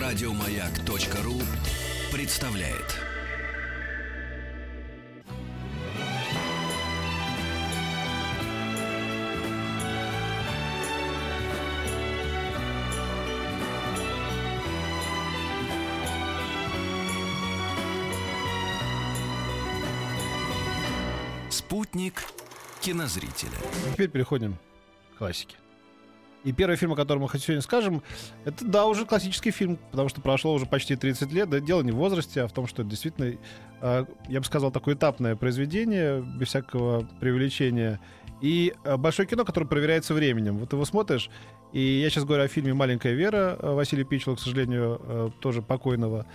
Радиомаяк.ру представляет. Спутник кинозрителя. Теперь переходим к классике. И первый фильм, о котором мы сегодня скажем, это, да, уже классический фильм, потому что прошло уже почти 30 лет. Да, дело не в возрасте, а в том, что это действительно, я бы сказал, такое этапное произведение, без всякого преувеличения. И большое кино, которое проверяется временем. Вот его смотришь, и я сейчас говорю о фильме «Маленькая Вера» Василия Пичула, к сожалению, тоже покойного.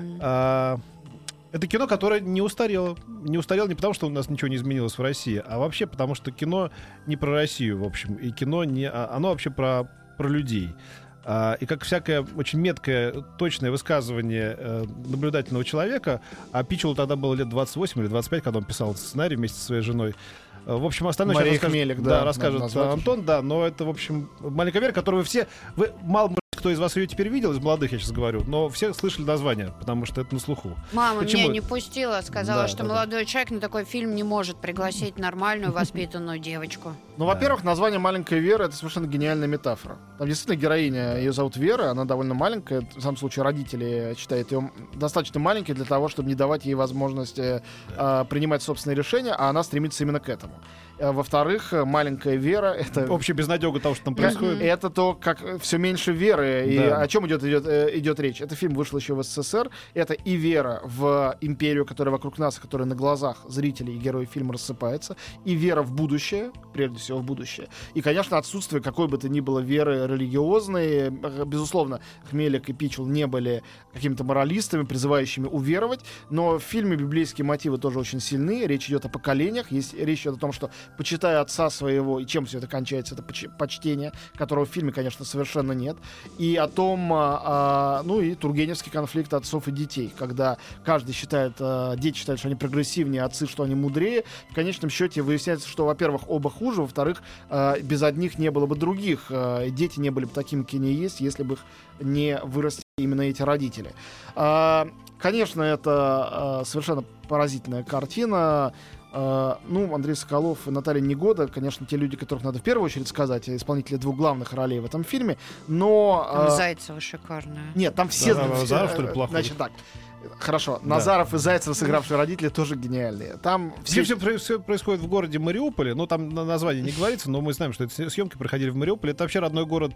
Это кино, которое не устарело. Не устарело не потому, что у нас ничего не изменилось в России, а вообще потому, что кино не про Россию, в общем. И кино не... Оно вообще про людей. И как всякое очень меткое, точное высказывание наблюдательного человека, а Пичулу тогда было лет 28 или 25, когда он писал этот сценарий вместе со своей женой. В общем, остальное Мария сейчас Хмелик, расскажет Антон, да, но это, в общем, «Маленькая Вера», которую мало кто из вас ее теперь видел, из молодых я сейчас говорю, но все слышали название, потому что это на слуху. Мама Почему? меня не пустила, сказала, что молодой человек на такой фильм не может пригласить нормальную воспитанную девочку. Ну, во-первых, название «Маленькая Вера» — это совершенно гениальная метафора. Там действительно героиня, ее зовут Вера, она довольно маленькая, в самом случае родители считают ее достаточно маленькой для того, чтобы не давать ей возможности принимать собственные решения, а она стремится именно к этому. Во-вторых, «Маленькая Вера» — это... Общая безнадега того, что там происходит. Это то, как все меньше веры. И Да. о чем идет речь. Этот фильм вышел еще в СССР. Это и вера в империю, которая вокруг нас, которая на глазах зрителей и героев фильма рассыпается, и вера в будущее, прежде всего в будущее. И, конечно, отсутствие какой бы то ни было веры религиозной. Безусловно, Хмелик и Пичул не были какими-то моралистами, призывающими уверовать, но в фильме библейские мотивы тоже очень сильны. Речь идет о поколениях. Речь идет о том, что, почитая отца своего, и чем все это кончается, это почтение, которого в фильме, конечно, совершенно нет. И о том, и тургеневский конфликт отцов и детей, когда каждый считает, дети считают, что они прогрессивнее, отцы, что они мудрее. В конечном счете выясняется, что, во-первых, оба хуже, во-вторых, без одних не было бы других. Дети не были бы такими, какие они есть, если бы их не вырастили именно эти родители. Конечно, это совершенно поразительная картина. Андрей Соколов и Наталья Негода, конечно, те люди, которых надо в первую очередь сказать, исполнители двух главных ролей в этом фильме, но... Там Зайцева шикарная. Нет, там все... Назаров, что ли, плохой? Значит так, хорошо, Назаров и Зайцев, сыгравшие родители, тоже гениальные. Там все происходит в городе Мариуполе, там название не говорится, но мы знаем, что эти съемки проходили в Мариуполе. Это вообще родной город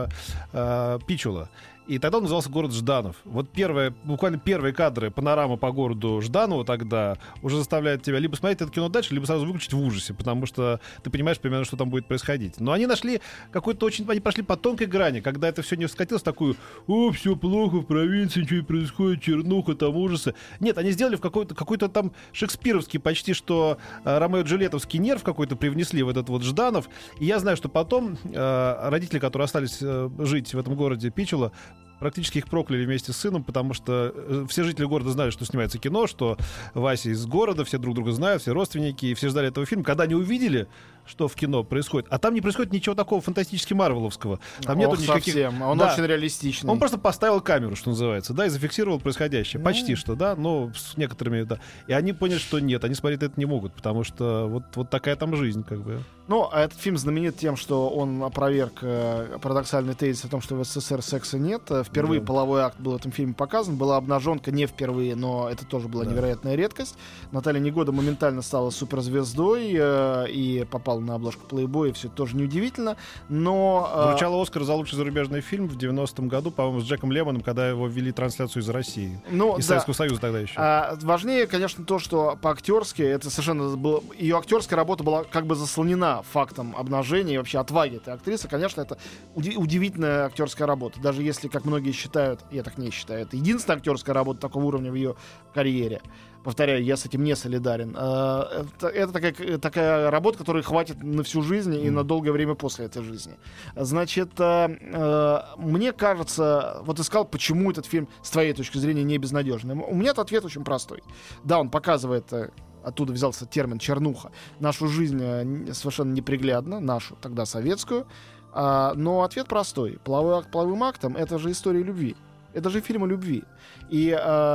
Пичула. И тогда он назывался город Жданов. Вот буквально первые кадры, панорама по городу Жданову тогда уже заставляет тебя либо смотреть это кино дальше, либо сразу выключить в ужасе, потому что ты понимаешь примерно, что там будет происходить. Но они нашли они пошли по тонкой грани, когда это все не скатилось в такую: все плохо, в провинции ничего не происходит, чернуха, там ужасы. Нет, они сделали в какой-то там шекспировский, почти что Ромео и Джульеттовский нерв какой-то привнесли в этот вот Жданов. И я знаю, что потом родители, которые остались жить в этом городе Пичула, практически их прокляли вместе с сыном, потому что все жители города знали, что снимается кино, что Вася из города, все друг друга знают, все родственники, и все ждали этого фильма. Когда они увидели, что в кино происходит, а там не происходит ничего такого фантастически марвеловского. Там нету никаких... совсем. Он очень реалистичный. Он просто поставил камеру, что называется, и зафиксировал происходящее. Почти что, но с некоторыми, да. И они поняли, что нет, они смотреть это не могут, потому что вот такая там жизнь, как бы. Этот фильм знаменит тем, что он опроверг парадоксальный тезис о том, что в СССР секса нет. Впервые половой акт был в этом фильме показан. Была обнаженка не впервые, но это тоже была невероятная редкость. Наталья Негода моментально стала суперзвездой и попала на обложку Playboy, и все это тоже неудивительно. Но... Вручала Оскар за лучший зарубежный фильм в 90-м году, по-моему, с Джеком Лемоном, когда его ввели трансляцию из России. Из Советского Союза тогда еще. Важнее, конечно, то, что по-актерски это совершенно было... Ее актерская работа была как бы заслонена фактом обнажения и вообще отваги этой актрисы. Конечно, это удивительная актерская работа. Даже если, как многие считают, я так не считаю, это единственная актерская работа такого уровня в ее карьере. Повторяю, я с этим не солидарен. Это такая работа, которой хватит на всю жизнь и на долгое время после этой жизни. Значит, мне кажется, вот ты сказал, почему этот фильм, с твоей точки зрения, не безнадежный. У меня ответ очень простой. Да, он показывает... Оттуда взялся термин «чернуха». Нашу жизнь совершенно неприглядно, нашу, тогда советскую. Но ответ простой. Половой акт половым актом — это же история любви. Это же фильм о любви. И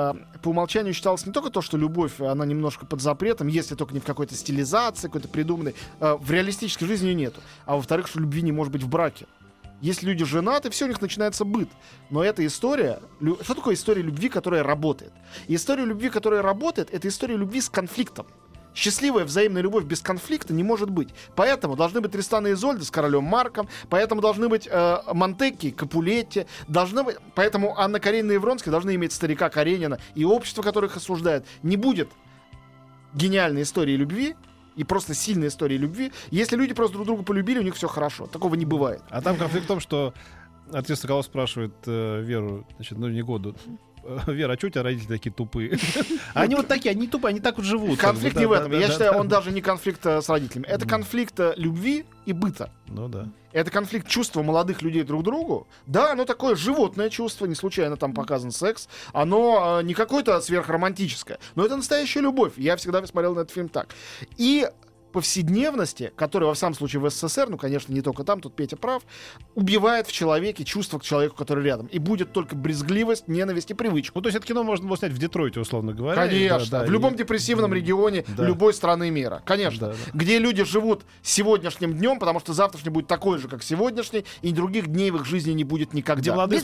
по умолчанию считалось не только то, что любовь, она немножко под запретом, если только не в какой-то стилизации, какой-то придуманной. В реалистической жизни ее нету. А во-вторых, что любви не может быть в браке. Если люди женаты, все, у них начинается быт. Но эта история... Что такое история любви, которая работает? История любви, которая работает, это история любви с конфликтом. Счастливая взаимная любовь без конфликта не может быть. Поэтому должны быть Тристан и Изольда с королем Марком, поэтому должны быть Монтекки, Капулетти, поэтому Анна Каренина и Вронский должны иметь старика Каренина, и общество, которое их осуждает. Не будет гениальной истории любви и просто сильной истории любви, если люди просто друг друга полюбили, у них все хорошо. Такого не бывает. А там конфликт в том, что отец Соколов спрашивает Веру, значит, Негоду: Вера, а что у тебя родители такие тупые? Они вот такие, они тупые, они так вот живут. Конфликт не в этом. Я считаю, он даже не конфликт с родителями. Это конфликт любви и быта. Ну да. Это конфликт чувства молодых людей друг к другу. Да, оно такое животное чувство, не случайно там показан секс. Оно не какое-то сверхромантическое, но это настоящая любовь. Я всегда смотрел на этот фильм так. И повседневности, которая, во всяком случае, в СССР, ну, конечно, не только там, тут Петя прав, убивает в человеке чувство к человеку, который рядом. И будет только брезгливость, ненависть и привычка. Ну, то есть это кино можно было снять в Детройте, условно говоря. Конечно. В любом депрессивном регионе любой страны мира. Конечно. Где люди живут сегодняшним днем, потому что завтрашний будет такой же, как сегодняшний, и других дней в их жизни не будет никогда. Где молодые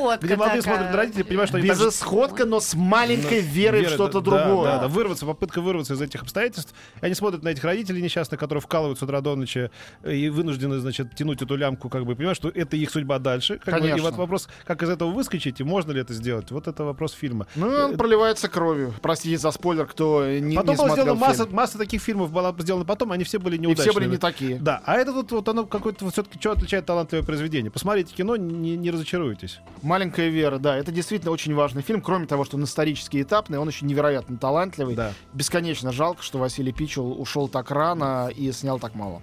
смотрят родители, понимают, что они безысходка, но с маленькой верой в что-то другое. Да, попытка вырваться из этих обстоятельств. И они смотрят на этих родителей несчастных, которые вкалывают с утра до ночи и вынуждены, значит, тянуть эту лямку, как бы, понимаешь, что это их судьба дальше. И вот вопрос, как из этого выскочить, и можно ли это сделать, вот это вопрос фильма. Ну, он проливается кровью. Простите за спойлер, кто не потом смотрел фильм. Масса таких фильмов была сделана потом, они все были неудачные. И все были не такие. Да, а это вот оно какое-то все-таки что отличает талантливое произведение. Посмотрите кино, не разочаруйтесь. «Маленькая Вера», да, это действительно очень важный фильм. Кроме того, что он исторически этапный, он еще невероятно талантливый. Да. Бесконечно жалко, что Василий Пичул ушел так рано и снял так мало.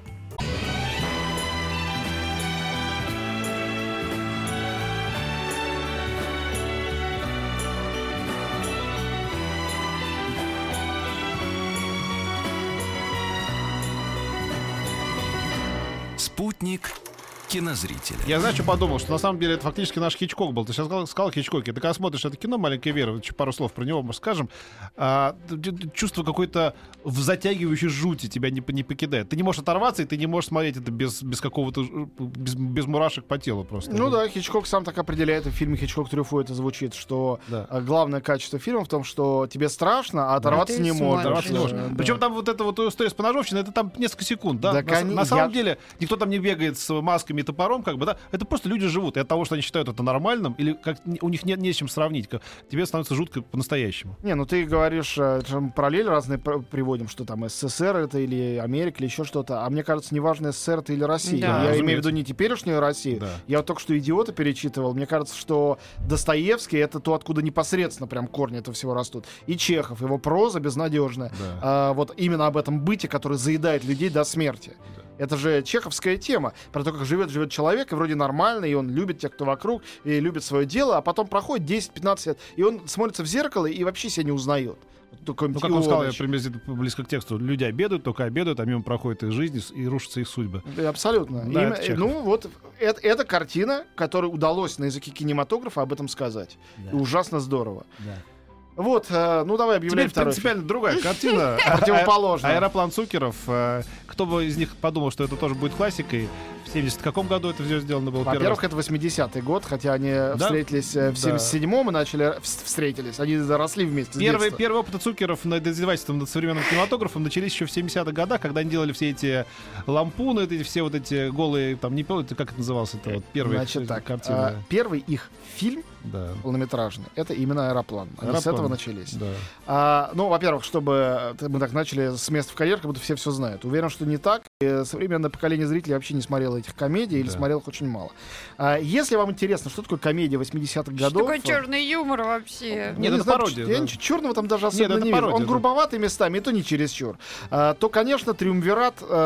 Спутник кинозрителя. Я, знаешь, что подумал, что на самом деле это фактически наш Хичкок был. Ты сейчас сказал Хичкоке. Ты когда смотришь это кино «Маленькая Вера», пару слов про него, может, скажем, чувство какой-то затягивающей жути тебя не покидает. Ты не можешь оторваться, и ты не можешь смотреть это без какого-то без мурашек по телу просто. Ну да, Хичкок сам так определяет, в фильме «Хичкок Трюфо» это звучит, что главное качество фильма в том, что тебе страшно, а оторваться не можешь. Причем там вот эта вот история с поножовщиной, это там несколько секунд, да? На самом деле никто там не бегает с масками и топором, как бы, да, это просто люди живут. И от того, что они считают это нормальным, или как у них не с чем сравнить, тебе становится жутко по-настоящему. Не, ну ты говоришь, параллели разные приводим, что там СССР это или Америка, или еще что-то. А мне кажется, неважно, СССР это или Россия. Да, я имею в виду не теперешнюю Россию. Да. Я вот только что «Идиота» перечитывал. Мне кажется, что Достоевский — это то, откуда непосредственно прям корни этого всего растут. И Чехов, его проза безнадежная. Да. Вот именно об этом быте, который заедает людей до смерти. Да. Это же чеховская тема про то, как живет человек, и вроде нормально, и он любит тех, кто вокруг, и любит свое дело, а потом проходит 10-15 лет, и он смотрится в зеркало и вообще себя не узнает. Ну, как он сказал, я приблизительно близко к тексту, люди обедают, только обедают, а мимо проходит их жизнь и рушатся их судьбы. Абсолютно. Да, ну вот, это картина, которой удалось на языке кинематографа об этом сказать. Да. И ужасно здорово. Да. Вот, ну давай объявляем второй. Теперь принципиально другая картина. Противоположная. «Аэроплан Цукеров». Кто бы из них подумал, что это тоже будет классикой. В 70 каком году это все сделано было? Во-первых, это 80-й год, хотя они встретились в 77-м и начали встретились. Они росли вместе. Первые опыты Цукеров над издевательством над современным кинематографом начались еще в 70-х годах, когда они делали все эти лампуны, все вот эти голые, там, не помню, как это называлось, это вот первый. Значит так, первый их фильм полнометражный, это именно «Аэроплан». Они с этого начались. Да. Ну, во-первых, чтобы мы так начали с места в карьер, как будто все знают. Уверен, что не так. И современное поколение зрителей вообще не смотрело этих комедий или смотрело их очень мало. Если вам интересно, что такое комедия 80-х годов... Что такое черный юмор вообще? Нет, это пародия. Я ничего черного там даже особенно не вижу. Он грубоватый местами, и то не чересчур. То, конечно, триумвират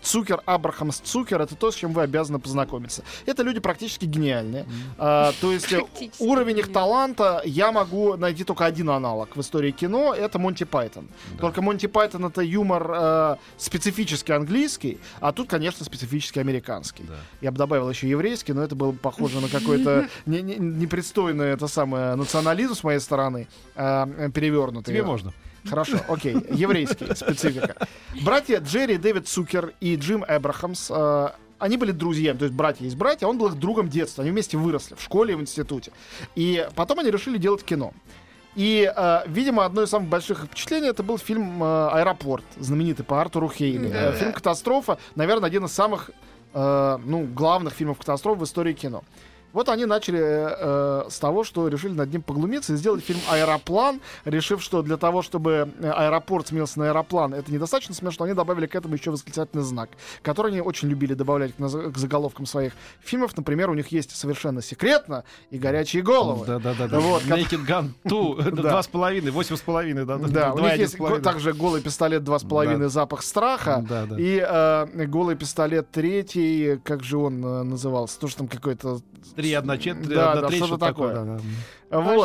Цукер, Абрахамс Цукер — это то, с чем вы обязаны познакомиться. Это люди практически гениальные. То есть уровень их таланта я могу найти только один аналог в истории кино — это Монти Пайтон. Да. Только Монти Пайтон — это юмор специфически английский, а тут, конечно, специфически американский. Да. Я бы добавил еще еврейский, но это было бы похоже на какой-то непристойный это самое национализм с моей стороны, перевернутый. Тебе можно. Хорошо, окей. Еврейский специфика. Братья Джерри, Дэвид Цукер и Джим Эбрахамс, они были друзьями, то есть братья есть братья, он был их другом детства, они вместе выросли в школе и в институте. И потом они решили делать кино. И, видимо, одно из самых больших впечатлений — это был фильм «Аэропорт», знаменитый по Артуру Хейли. Фильм «Катастрофа», наверное, один из самых главных фильмов катастроф в истории кино. Вот они начали с того, что решили над ним поглумиться и сделать фильм «Аэроплан», решив, что для того, чтобы аэропорт сменился на аэроплан, это недостаточно смешно, они добавили к этому еще восклицательный знак, который они очень любили добавлять к заголовкам своих фильмов. Например, у них есть «Совершенно секретно» и «Горячие головы». Да-да-да. Вот, Naked Gun 2, 2,5, 8,5. Да, у них есть также «Голый пистолет 2,5», «Запах страха», и «Голый пистолет 3», как же он назывался, тоже там какой-то... 3,1/3, что-то такое. Вот.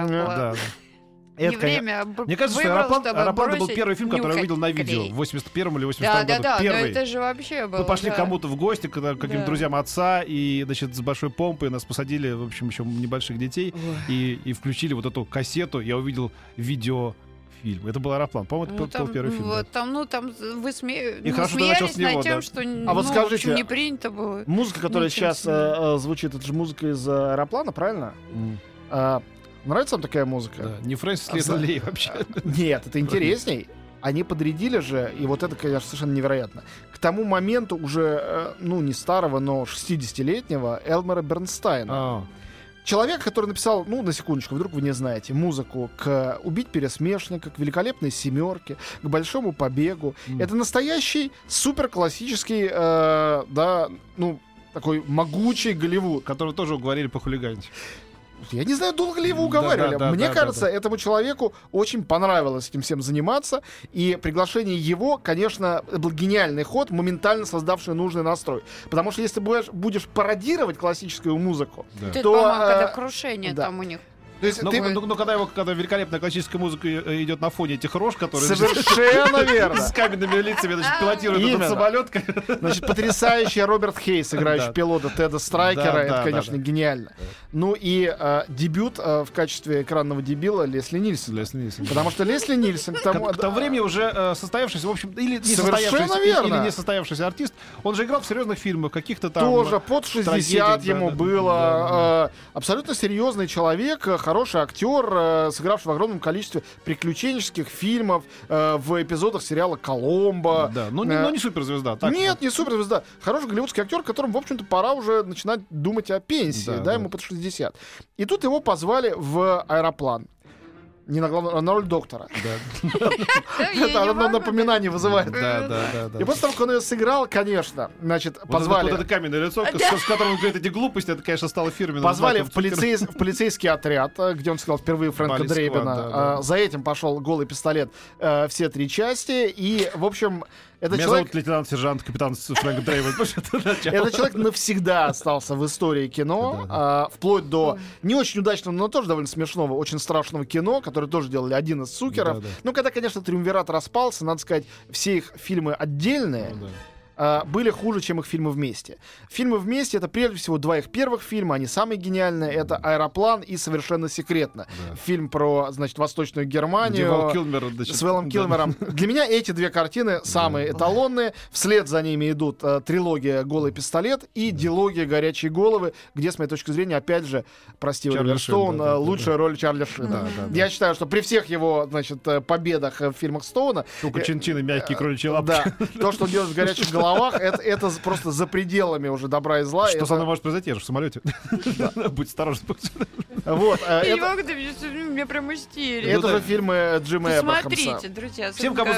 Это, время. Мне кажется, что «Аэроплан» был первый фильм, который я увидел на видео в 81-м или 82-м году. Да, первый. это же вообще было. Мы пошли к кому-то в гости, к каким-то друзьям отца, и, значит, с большой помпой нас посадили, в общем, еще небольших детей, и включили вот эту кассету. Я увидел видеофильм. Это был «Аэроплан». По-моему, это был первый фильм. Вот, там вы смеялись над тем, что вот скажите, не принято было. Музыка, которая сейчас звучит, это же музыка из «Аэроплана», правильно? Нравится вам такая музыка? Да, не Фрэнсис Лей вообще. Нет, это интересней. Они подрядили же, и вот это, конечно, совершенно невероятно, к тому моменту уже, не старого, но 60-летнего Элмера Бернстайна. Человек, который написал, на секундочку, вдруг вы не знаете, музыку к «Убить пересмешника», к «Великолепной семерке», к «Большому побегу». Это настоящий суперклассический, такой могучий Голливуд. Которого тоже уговорили похулиганить. Я не знаю, долго ли его уговаривали. Мне кажется, этому человеку очень понравилось этим всем заниматься. И приглашение его, конечно, был гениальный ход, моментально создавший нужный настрой. Потому что если будешь пародировать классическую музыку, то... когда крушение там у них. То есть когда великолепная классическая музыка идет на фоне этих рож, которые совершенно верно с каменными лицами, значит, пилотируют этот самолет. Значит, потрясающий Роберт Хейс, играющий пилота Теда Страйкера, это, конечно, гениально. Ну и дебют в качестве экранного дебила Лесли Нильсон. Потому что Лесли Нильсон к тому времени уже состоявшийся, в общем, или не состоявшийся артист, он же играл в серьезных фильмах, каких-то там... Тоже под 60 ему было. Абсолютно серьезный человек, хороший актер, сыгравший в огромном количестве приключенческих фильмов, в эпизодах сериала «Коломбо». Да, но не суперзвезда. Нет, не суперзвезда. Хороший голливудский актер, которому, в общем-то, пора уже начинать думать о пенсии, ему под 60. И тут его позвали в «Аэроплан». Не на роль доктора. Это одно напоминание вызывает. И после того, как он ее сыграл, конечно, значит, позвали... Вот это каменное лицо, с которым он говорит эти глупости, это, конечно, стало фирменным. Позвали в полицейский отряд, где он сыграл впервые Фрэнка Дрейбена. За этим пошел «Голый пистолет» все 3 части. И, в общем... Меня зовут лейтенант-сержант, капитан Фрэнк Дрейвен. Этот человек навсегда остался в истории кино, вплоть до не очень удачного, но тоже довольно смешного, очень страшного кино, которое тоже делали один из Цукеров. Ну, когда, конечно, триумвират распался, надо сказать, все их фильмы отдельные. Были хуже, чем их фильмы вместе. Фильмы вместе — это прежде всего 2 их первых фильма, они самые гениальные. Это «Аэроплан» и «Совершенно секретно». Фильм про, значит, Восточную Германию с Вэлом Килмером. Для меня эти 2 картины самые эталонные. Вслед за ними идут трилогия «Голый пистолет» и дилогия «Горячие головы», где, с моей точки зрения, опять же, прости, Оливер Стоун, лучшая роль Чарли Шина. Я считаю, что при всех его, значит, победах в фильмах Стоуна... Штука чин-чин и мягкие кроличьи лапки. Да, то, что он делает в «Горячих головах», это просто за пределами уже добра и зла. Что со мной может произойти? Я же в самолете. Будь осторожен. Вот. Меня прям истерили. Это же фильмы Джима Эбрахамса. Смотрите, друзья. Всем, кому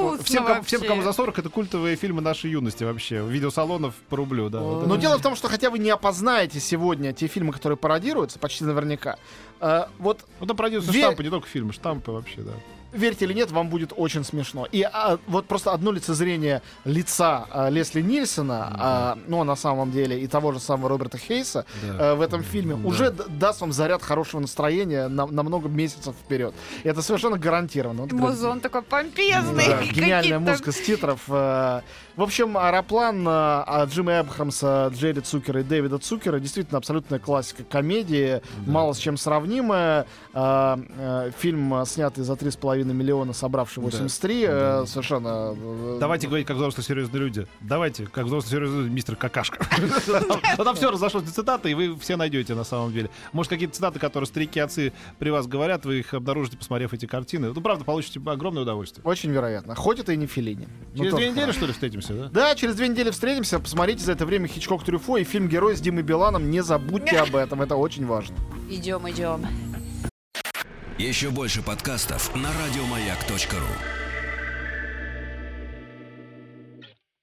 за 40, это культовые фильмы нашей юности вообще. Видеосалонов по рублю, да. Но дело в том, что хотя вы не опознаете сегодня те фильмы, которые пародируются, почти наверняка. Вот это пародируются штампы, не только фильмы, штампы вообще, да. верьте или нет, вам будет очень смешно. И вот просто одно лицезрение лица Лесли Нильсона, ну, на самом деле, и того же самого Роберта Хейса в этом фильме уже даст вам заряд хорошего настроения на много месяцев вперед. И это совершенно гарантированно. Музон такой помпезный. Да, гениальная музыка с титров. В общем, «Аэроплан» от Джима Эбрахамса, Джерри Цукера и Дэвида Цукера действительно абсолютная классика комедии, мало с чем сравнимая. Фильм, снятый за 3,5 миллиона, собравший 83, совершенно... Давайте говорить, как взрослые серьезные люди. Давайте, как взрослые серьезные люди, мистер Какашка. Там все разошлось на цитаты, и вы все найдете на самом деле. Может, какие-то цитаты, которые старики-отцы при вас говорят, вы их обнаружите, посмотрев эти картины. Ну, правда, получите огромное удовольствие. Очень вероятно. Хоть это и не Феллини. Через 2 недели, что ли, встретимся, да? Да, через 2 недели встретимся. Посмотрите за это время «Хичкок, Трюфо» и фильм «Герой» с Димой Биланом. Не забудьте об этом, это очень важно. Идем. Еще больше подкастов на радиомаяк.ру.